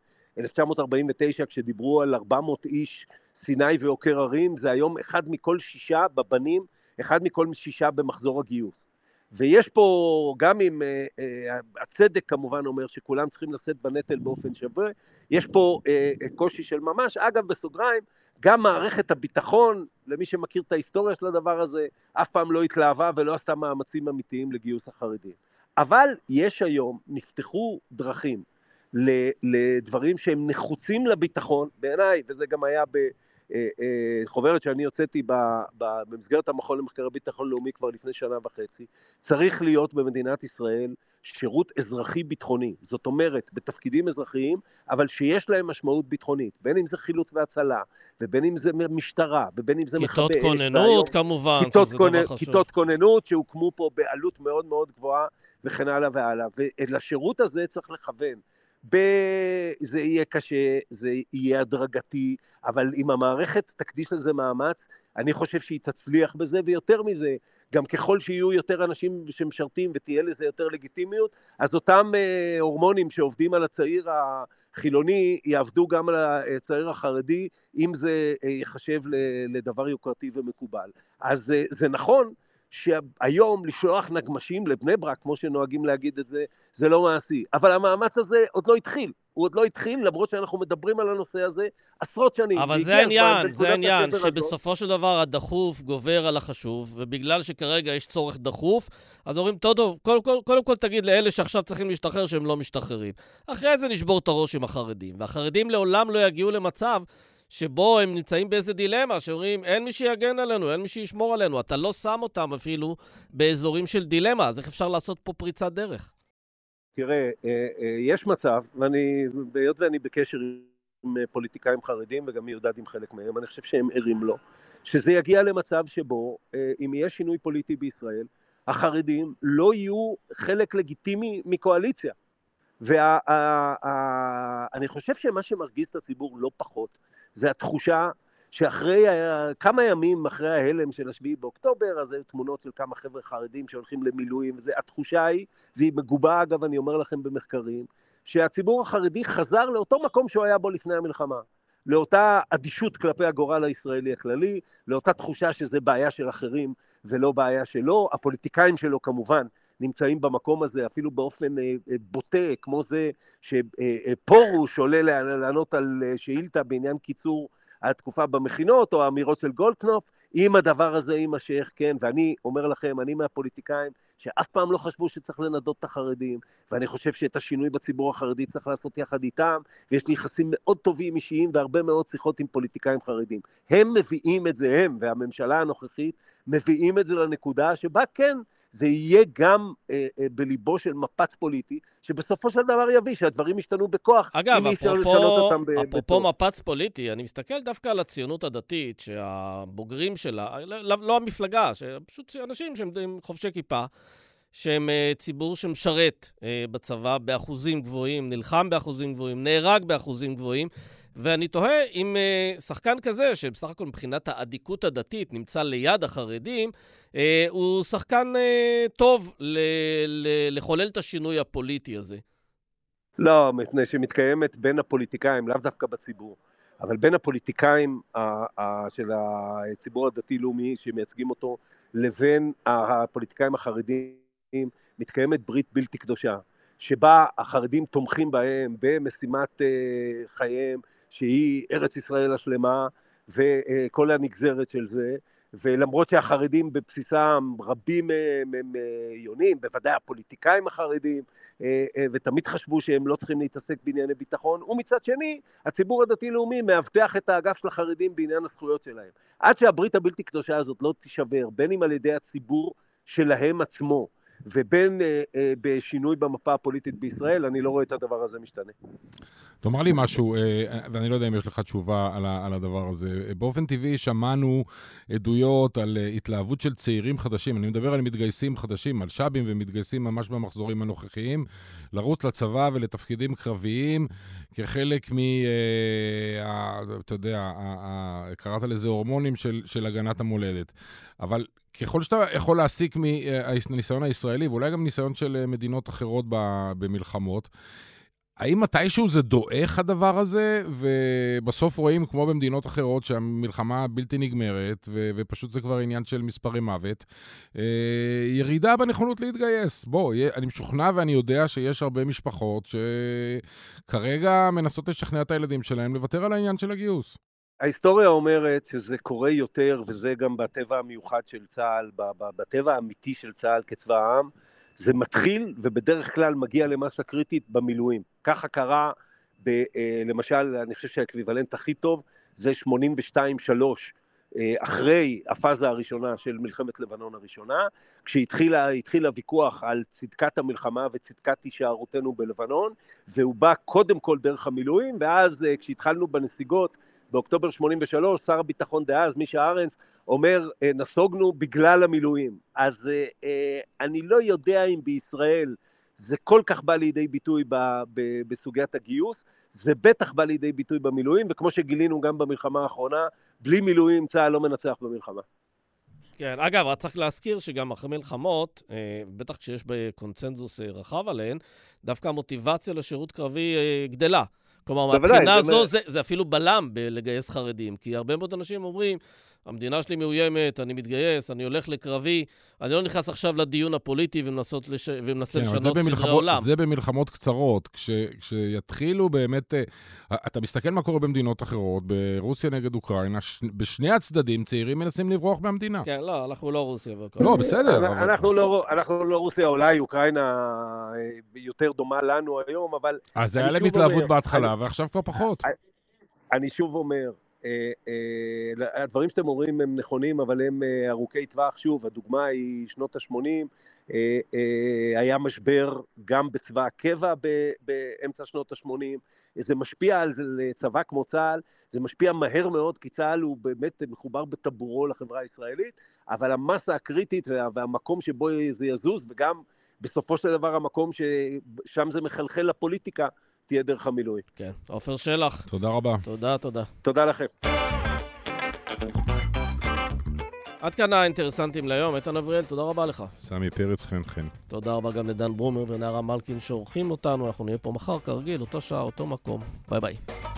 ב-1949, כשדיברו על 400 איש, סיני ועוקר הרים, זה היום 1 מכל 6 בבנים, 1 מכל 6 במחזור הגיוס. ויש פה, גם אם הצדק כמובן אומר שכולם צריכים לשאת בנטל באופן שווה, יש פה קושי של ממש. אגב, בסוגריים, גם מערכת הביטחון, למי שמכיר את ההיסטוריה של הדבר הזה, אף פעם לא התלהבה ולא עשתה מאמצים אמיתיים לגיוס החרדים. אבל יש היום, נפתחו דרכים לדברים שהם נחוצים לביטחון, בעיניי, וזה גם היה בחוברת שאני הוצאתי במסגרת המכון למחקרי ביטחון לאומי כבר לפני 1.5 שנה, צריך להיות במדינת ישראל שירות אזרחי ביטחוני, זאת אומרת, בתפקידים אזרחיים, אבל שיש להם משמעות ביטחונית, בין אם זה חילוץ והצלה, ובין אם זה משטרה, ובין אם זה מכבי אש. כיתות כוננות כמובן, שזה דבר חשוב. כיתות כוננות שהוקמו פה בעלות מאוד מאוד גבוהה, וכן הלאה והלאה. ולשירות הזה צריך לכוון. זה יהיה קשה, זה יהיה הדרגתי, אבל אם המערכת תקדיש לזה מאמץ, אני חושב שהיא תצליח בזה, ויותר מזה, גם ככל שיהיו יותר אנשים שמשרתים ותהיה לזה יותר לגיטימיות, אז אותם הורמונים שעובדים על הצעיר החילוני, יעבדו גם על הצעיר החרדי, אם זה יחשב לדבר יוקרתי ומקובל. אז זה נכון, שהיום לשלוח נגמשים לבני ברק, כמו שנוהגים להגיד את זה, זה לא מעשי. אבל המאמץ הזה עוד לא התחיל. הוא עוד לא התחיל, למרות שאנחנו מדברים על הנושא הזה עשרות שנים. אבל זה העניין, שבסופו של דבר הדחוף גובר על החשוב, ובגלל שכרגע יש צורך דחוף, אז אומרים, טוב, קודם כל תגיד לאלה שעכשיו צריכים להשתחרר שהם לא משתחררים. אחרי זה נשבור את הראש עם החרדים, והחרדים לעולם לא יגיעו למצב שבו הם נמצאים באיזה דילמה, שאומרים, אין מי שיגן עלינו, אין מי שישמור עלינו, אתה לא שם אותם אפילו באזורים של דילמה, אז איך אפשר לעשות פה פריצת דרך? תראה, יש מצב, והיות ואני בקשר עם פוליטיקאים חרדים, וגם מיודד עם חלק מהם, אני חושב שהם ערים לו, שזה יגיע למצב שבו, אם יהיה שינוי פוליטי בישראל, החרדים לא יהיו חלק לגיטימי מקואליציה. ואני חושב שמה שמרגיז את הציבור לא פחות, זה התחושה שאחרי כמה ימים אחרי ההלם של 7 באוקטובר, אז היו תמונות של כמה חבר'ה חרדים שהולכים למילואים, התחושה היא, והיא מגובה אגב, אני אומר לכם במחקרים, שהציבור החרדי חזר לאותו מקום שהוא היה בו לפני המלחמה, לאותה אדישות כלפי הגורל הישראלי הכללי, לאותה תחושה שזה בעיה של אחרים ולא בעיה שלו, הפוליטיקאים שלו כמובן, נמצאים במקום הזה, אפילו באופן בוטה, כמו זה שפורוש עולה לענות על שאילתה בעניין קיצור התקופה במכינות, או האמירות של גולדקנופ, אם הדבר הזה יימשך, כן, ואני אומר לכם, אני מהפוליטיקאים, שאף פעם לא חשבו שצריך לנדות את החרדים, ואני חושב שאת השינוי בציבור החרדי צריך לעשות יחד איתם, ויש לי יחסים מאוד טובים אישיים, והרבה מאוד שיחות עם פוליטיקאים חרדים. הם מביאים את זה, הם, והממשלה הנוכחית, מביאים את זה לנקודה שבה כן, זה יהיה גם בליבו של מפץ פוליטי, שבסופו של דבר יביא שהדברים ישתנו בכוח. אגב, אפרופו מפץ פוליטי, אני מסתכל דווקא על הציונות הדתית, שהבוגרים שלה, לא המפלגה, פשוט אנשים שהם חובשי כיפה, שהם ציבור שמשרת בצבא באחוזים גבוהים, נלחם באחוזים גבוהים, נהרג באחוזים גבוהים, ואני תוהה אם שחקן כזה, שבסך הכל מבחינת העדיקות הדתית נמצא ליד החרדים, הוא שחקן טוב לחולל את השינוי הפוליטי הזה. לא, מפני שמתקיימת בין הפוליטיקאים, לאו דווקא בציבור, אבל בין הפוליטיקאים של הציבור הדתי-לאומי שמייצגים אותו, לבין הפוליטיקאים החרדים, מתקיימת ברית בלתי קדושה, שבה החרדים תומכים בהם במשימת חייהם, שהיא ארץ ישראל השלמה, וכל הנגזרת של זה, ולמרות שהחרדים בבסיסם רבים הם יונים, בוודאי הפוליטיקאים החרדים, ותמיד חשבו שהם לא צריכים להתעסק בענייני ביטחון, ומצד שני, הציבור הדתי-לאומי מאבטח את האגף של החרדים בעניין הזכויות שלהם. עד שהברית הבלתי קדושה הזאת לא תישבר, בין אם על ידי הציבור שלהם עצמו, ובין בשינוי במפה הפוליטית בישראל, אני לא רואה את הדבר הזה משתנה. תאמר לי משהו, ואני לא יודע אם יש לך תשובה על הדבר הזה. באופן טבעי שמענו עדויות על התלהבות של צעירים חדשים, אני מדבר על מתגייסים חדשים, על שבים ומתגייסים ממש במחזורים הנוכחיים, לרוץ לצבא ולתפקידים קרביים, כחלק אתה יודע, קראת לזה הורמונים של הגנת המולדת. אבל ככל שאתה יכול להסיק מהניסיון הישראלי, ואולי גם ניסיון של מדינות אחרות במלחמות, האם מתישהו זה דועך הדבר הזה, ובסוף רואים, כמו במדינות אחרות, שהמלחמה בלתי נגמרת, ופשוט זה כבר עניין של מספרי מוות, ירידה בנכונות להתגייס. בוא, אני משוכנע ואני יודע שיש הרבה משפחות שכרגע מנסות לשכנע את הילדים שלהם לוותר על העניין של הגיוס. ההיסטוריה אומרת שזה קורה יותר, וזה גם בטבע המיוחד של צה"ל, בטבע האמיתי של צה"ל כצבא העם, זה מתחיל ובדרך כלל מגיע למסה קריטית במילואים. ככה קרה, למשל, אני חושב שהאקוויוולנט הכי טוב, זה 82-3, אחרי הפאזה הראשונה של מלחמת לבנון הראשונה, כשהתחיל הוויכוח על צדקת המלחמה וצדקת הישארותנו בלבנון, והוא בא קודם כל דרך המילואים, ואז כשהתחלנו בנסיגות, באוקטובר 83, שר הביטחון דאז, מישה ארנס, אומר, נסוגנו בגלל המילואים. אז אני לא יודע אם בישראל זה כל כך בא לידי ביטוי בסוגיית הגיוס, זה בטח בא לידי ביטוי במילואים, וכמו שגילינו גם במלחמה האחרונה, בלי מילואים צה"ל לא מנצח במלחמה. כן, אגב, צריך להזכיר שגם אחרי מלחמות, בטח כשיש בקונצנזוס רחב עליהן, דווקא המוטיבציה לשירות קרבי גדלה. כלומר, מהבחינה הזו זה אפילו בלם בלגייס חרדים, כי הרבה מאוד אנשים אומרים, המדינה שלי מאוימת, אני מתגייס, אני הולך לקרבי, אני לא נכנס עכשיו לדיון הפוליטי ומנסה לשנות סדרי עולם. זה במלחמות קצרות, כשיתחילו באמת, אתה מסתכל מה קורה במדינות אחרות, ברוסיה נגד אוקראינה, בשני הצדדים צעירים מנסים לברוח מהמדינה. כן, לא, אנחנו לא רוסיה. לא, בסדר. אנחנו לא רוסיה, אולי אוקראינה יותר דומה לנו היום, אבל... אז זה היה להם התלהבות בהתחלה, ועכשיו כבר פחות. אני שוב אומר, הדברים שאתם אומרים הם נכונים, אבל הם ארוכי טווח. שוב, הדוגמה היא שנות ה-80, היה משבר גם בצבא הקבע באמצע שנות ה-80, זה משפיע על צבא כמו צה"ל, זה משפיע מהר מאוד, כי צה"ל הוא באמת מחובר בטבורו לחברה הישראלית, אבל המסה הקריטית והמקום שבו זה יזוז, וגם בסופו של דבר המקום ששם זה מחלחל לפוליטיקה, תהיה דרך המילואים. כן, עופר שלח. תודה רבה. תודה. תודה לכם. עד כאן האינטרסנטים להיום. איתן אבריאל, תודה רבה לך. סמי פרץ, חן. תודה רבה גם לדן ברומר ונערה מלכין שעורכים אותנו. אנחנו נהיה פה מחר כרגיל, אותו שעה, אותו מקום. ביי ביי.